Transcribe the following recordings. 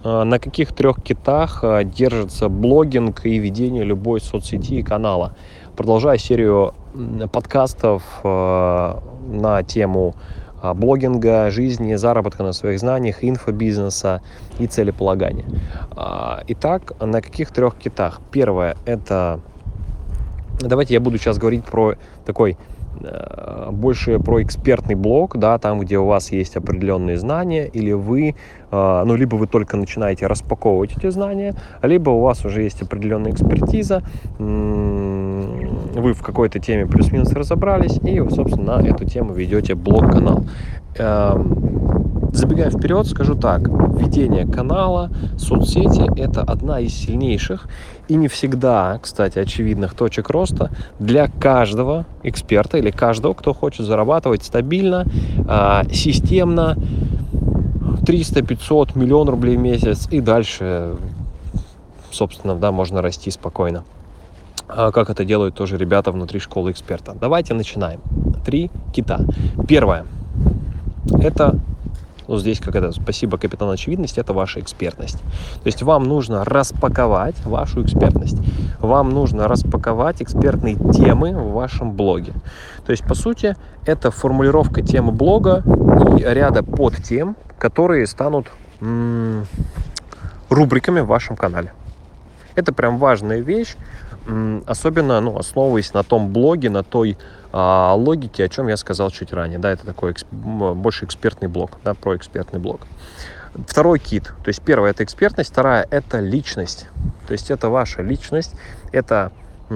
на каких 3 китах держится блогинг и ведение любой соцсети и канала. Продолжаю серию подкастов на тему блогинга, жизни, заработка на своих знаниях, инфобизнеса и целеполагания. Итак, на каких 3 китах? Первое – это... Давайте я буду сейчас говорить про такой больше про экспертный блог, да, там, где у вас есть определенные знания, или вы, либо вы только начинаете распаковывать эти знания, либо у вас уже есть определенная экспертиза, вы в какой-то теме плюс-минус разобрались, и, собственно, на эту тему ведете блог-канал. Забегая вперед, скажу так: ведение канала, соцсети – это одна из сильнейших и не всегда, кстати, очевидных точек роста для каждого эксперта или каждого, кто хочет зарабатывать стабильно, системно, 300, 500, миллион рублей в месяц и дальше, собственно, да, можно расти спокойно. Как это делают тоже ребята внутри школы эксперта. Давайте начинаем. 3 кита. Первое – это... здесь спасибо, капитан очевидность, это ваша экспертность. То есть вам нужно распаковать вашу экспертность. Вам нужно распаковать экспертные темы в вашем блоге. То есть, по сути, это формулировка темы блога и ряда подтем, которые станут рубриками в вашем канале. Это прям важная вещь, особенно основываясь на том блоге, на той логике, о чем я сказал чуть ранее. Да, это такой больше экспертный блог, да, про экспертный блог. Второй кит, то есть первое – это экспертность, вторая – это личность. То есть это ваша личность, это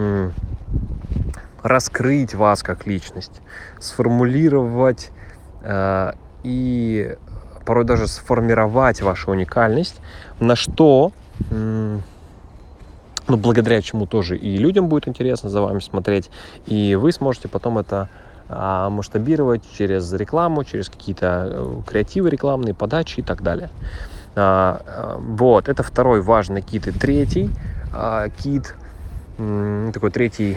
раскрыть вас как личность, сформулировать и порой даже сформировать вашу уникальность, на что... благодаря чему тоже и людям будет интересно за вами смотреть, и вы сможете потом это масштабировать через рекламу, через какие-то креативы рекламные, подачи и так далее. Вот, это второй важный кит. И третий кит, такой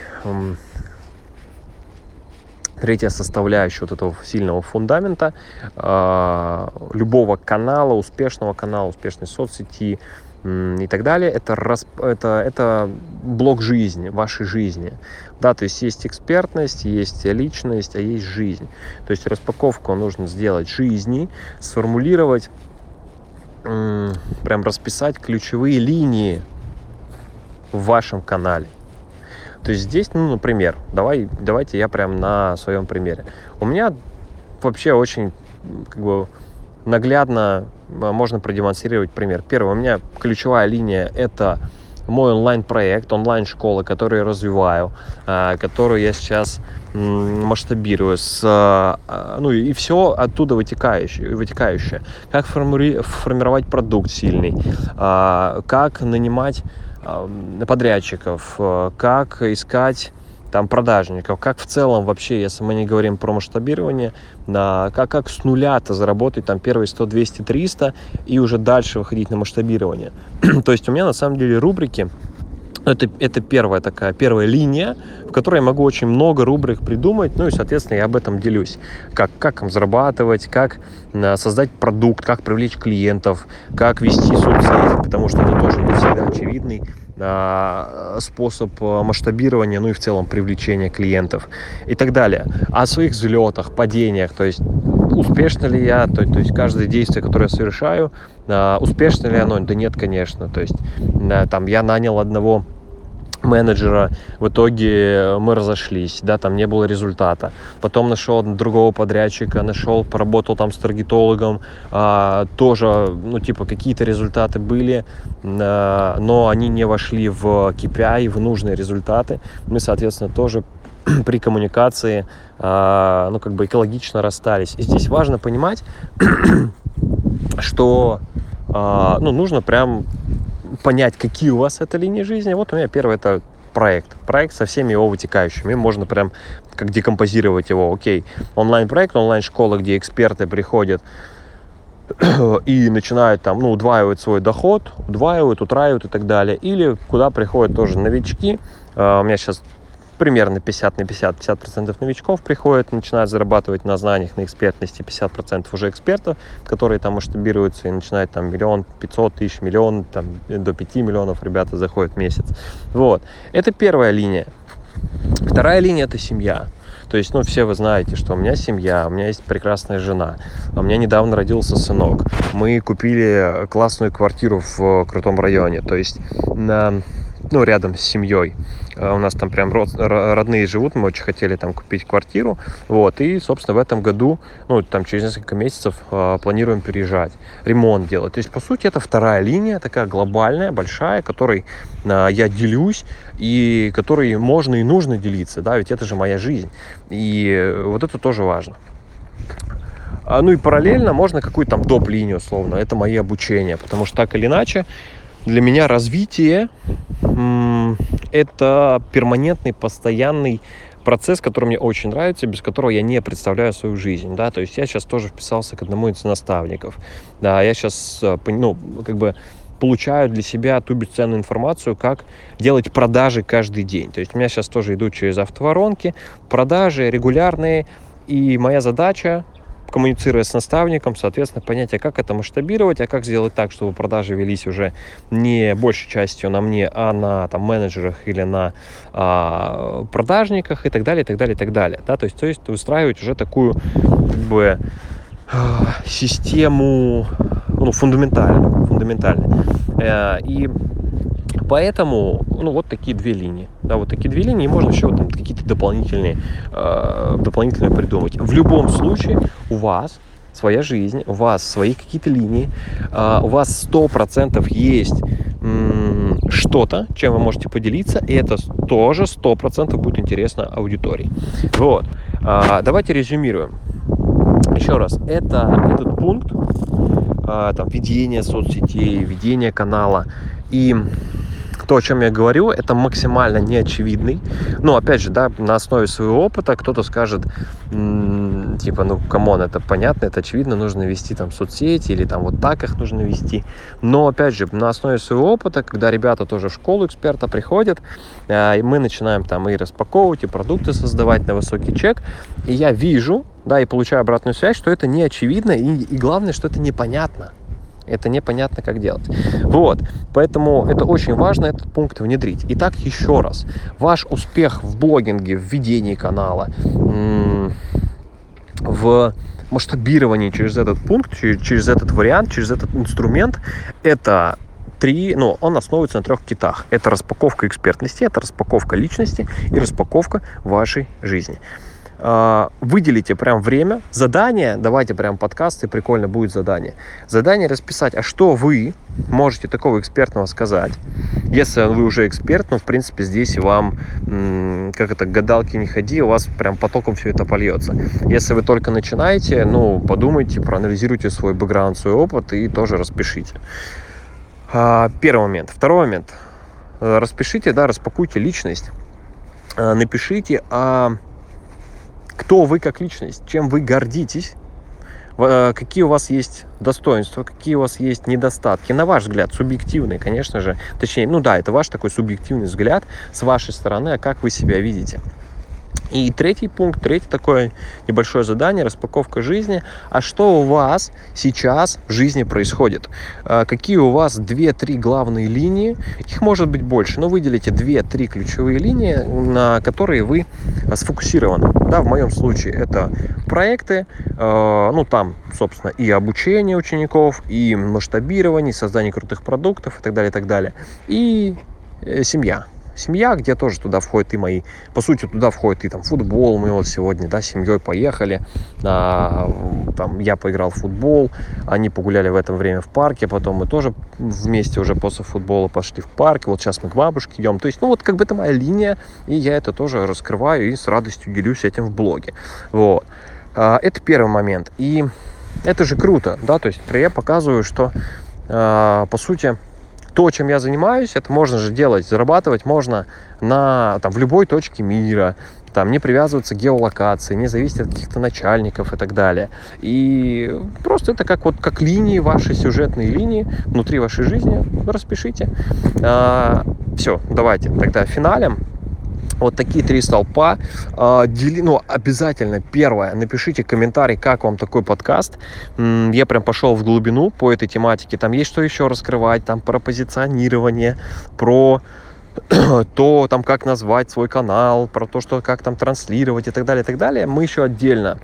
третья составляющая вот этого сильного фундамента любого канала, успешной соцсети и так далее, это блок жизни, вашей жизни. Да, то есть есть экспертность, есть личность, а есть жизнь. То есть распаковку нужно сделать жизни, сформулировать, прям расписать ключевые линии в вашем канале. То есть здесь, например, давайте я прям на своем примере. У меня вообще очень наглядно можно продемонстрировать пример. Первое, у меня ключевая линия – это мой онлайн-проект, онлайн-школа, которую я развиваю, которую я сейчас масштабирую, и все оттуда вытекающее. Как формировать продукт сильный, как нанимать подрядчиков, как искать продажников, как в целом вообще, если мы не говорим про масштабирование, как с нуля-то заработать первые 100, 200, 300 и уже дальше выходить на масштабирование. То есть у меня на самом деле рубрики, это первая линия, в которой я могу очень много рубрик придумать, и, соответственно, я об этом делюсь. Как зарабатывать, как создать продукт, как привлечь клиентов, как вести соцсети, потому что это тоже не всегда очевидный способ масштабирования, и в целом привлечения клиентов и так далее. О своих взлетах, падениях, то есть успешно ли я, то есть каждое действие, которое я совершаю, успешно ли оно? Да нет, конечно. То есть я нанял одного менеджера, в итоге мы разошлись, да, не было результата. Потом нашел другого подрядчика, поработал с таргетологом, тоже, какие-то результаты были, но они не вошли в KPI, в нужные результаты. Мы, соответственно, тоже при коммуникации, экологично расстались. И здесь важно понимать, что, нужно прям понять, какие у вас это линии жизни. Вот у меня первый – это проект со всеми его вытекающими. Можно прям как декомпозировать его. Окей, онлайн-проект, онлайн-школа, где эксперты приходят и начинают удваивать свой доход, утраивают и так далее. Или куда приходят тоже новички. У меня сейчас примерно 50 на 50. 50% новичков приходят, начинают зарабатывать на знаниях, на экспертности, 50% уже экспертов, которые там масштабируются и начинают там 1 500 000, миллион, там, до 5 миллионов ребята заходят в месяц. Вот. Это первая линия. Вторая линия – это семья. То есть, все вы знаете, что у меня семья, у меня есть прекрасная жена, у меня недавно родился сынок, мы купили классную квартиру в крутом районе, то есть рядом с семьей. У нас там прям родные живут, мы очень хотели там купить квартиру, вот, и, собственно, в этом году, там через несколько месяцев планируем переезжать, ремонт делать. То есть, по сути, это вторая линия, такая глобальная, большая, которой я делюсь, и которой можно и нужно делиться, да, ведь это же моя жизнь, и вот это тоже важно. И параллельно можно какую-то там доп-линию, условно, это мои обучения, потому что так или иначе, для меня развитие это перманентный, постоянный процесс, который мне очень нравится, без которого я не представляю свою жизнь, да, то есть я сейчас тоже вписался к одному из наставников, да, я сейчас, получаю для себя ту бесценную информацию, как делать продажи каждый день, то есть у меня сейчас тоже идут через автоворонки, продажи регулярные, и моя задача, коммуницируя с наставником, соответственно, понять, как это масштабировать, как сделать так, чтобы продажи велись уже не большей частью на мне, а на там, менеджерах или на продажниках и так далее, и так далее, и так далее. Да? То есть устраивать уже такую систему фундаментальную. И поэтому, вот такие две линии. Да, вот такие две линии, можно еще там какие-то дополнительные придумать. В любом случае у вас своя жизнь, у вас свои какие-то линии, у вас 100% есть что-то, чем вы можете поделиться, и это тоже 100% будет интересно аудитории. Вот. Давайте резюмируем. Еще раз, этот пункт, ведение соцсетей, ведение канала и то, о чем я говорю, это максимально неочевидный. Опять же, да, на основе своего опыта кто-то скажет, камон, это понятно, это очевидно, нужно вести там соцсети или там вот так их нужно вести. Но, опять же, на основе своего опыта, когда ребята тоже в школу эксперта приходят, и мы начинаем там и распаковывать, и продукты создавать на высокий чек, и я вижу, да, и получаю обратную связь, что это не очевидно, и главное, что это непонятно. Это непонятно, как делать. Вот. Поэтому это очень важно, этот пункт внедрить. Итак, еще раз. Ваш успех в блогинге, в ведении канала, в масштабировании через этот пункт, через этот вариант, через этот инструмент, это он основывается на 3 китах. Это распаковка экспертности, это распаковка личности и распаковка вашей жизни. Выделите прям время, задание, давайте прям подкасты, прикольно будет задание. Задание расписать, а что вы можете такого экспертного сказать. Если вы уже эксперт, в принципе, здесь и вам, к гадалке не ходи, у вас прям потоком все это польется. Если вы только начинаете, подумайте, проанализируйте свой бэкграунд, свой опыт и тоже распишите. Первый момент. Второй момент. Распишите, распакуйте личность, напишите кто вы как личность, чем вы гордитесь, какие у вас есть достоинства, какие у вас есть недостатки, на ваш взгляд, субъективный, конечно же, точнее, это ваш такой субъективный взгляд с вашей стороны, как вы себя видите. И третий пункт, третье такое небольшое задание, распаковка жизни. А что у вас сейчас в жизни происходит? Какие у вас 2-3 главные линии? Их может быть больше, но выделите 2-3 ключевые линии, на которые вы сфокусированы. Да, в моем случае это проекты, там, собственно, и обучение учеников, и масштабирование, и создание крутых продуктов и так далее, и так далее. И семья. Семья, где тоже туда входит и мои, по сути, туда входит и там футбол, мы вот сегодня, с семьей поехали, там я поиграл в футбол, они погуляли в это время в парке, потом мы тоже вместе уже после футбола пошли в парк, вот сейчас мы к бабушке идем, то есть, это моя линия, и я это тоже раскрываю и с радостью делюсь этим в блоге, вот. Это первый момент, и это же круто, да, то есть я показываю, что, по сути, то, чем я занимаюсь, это можно же делать, зарабатывать можно в любой точке мира, не привязываться к геолокации, не зависеть от каких-то начальников и так далее. И просто это как линии, ваши сюжетные линии внутри вашей жизни, распишите. Все, давайте тогда финалем. Вот такие 3 столпа. Обязательно, первое, напишите комментарий, как вам такой подкаст. Я прям пошел в глубину по этой тематике. Там есть что еще раскрывать, там про позиционирование, про то, там, как назвать свой канал, про то, что как там транслировать и так далее, и так далее. Мы еще отдельно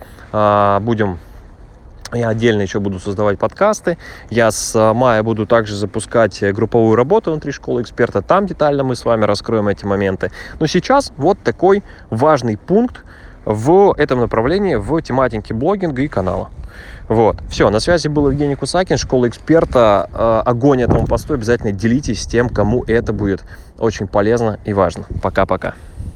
я отдельно еще буду создавать подкасты. Я с мая буду также запускать групповую работу внутри школы эксперта. Там детально мы с вами раскроем эти моменты. Но сейчас вот такой важный пункт в этом направлении, в тематике блогинга и канала. Вот. Все, на связи был Евгений Кусакин, школа эксперта. Огонь этому посту. Обязательно делитесь с тем, кому это будет очень полезно и важно. Пока-пока.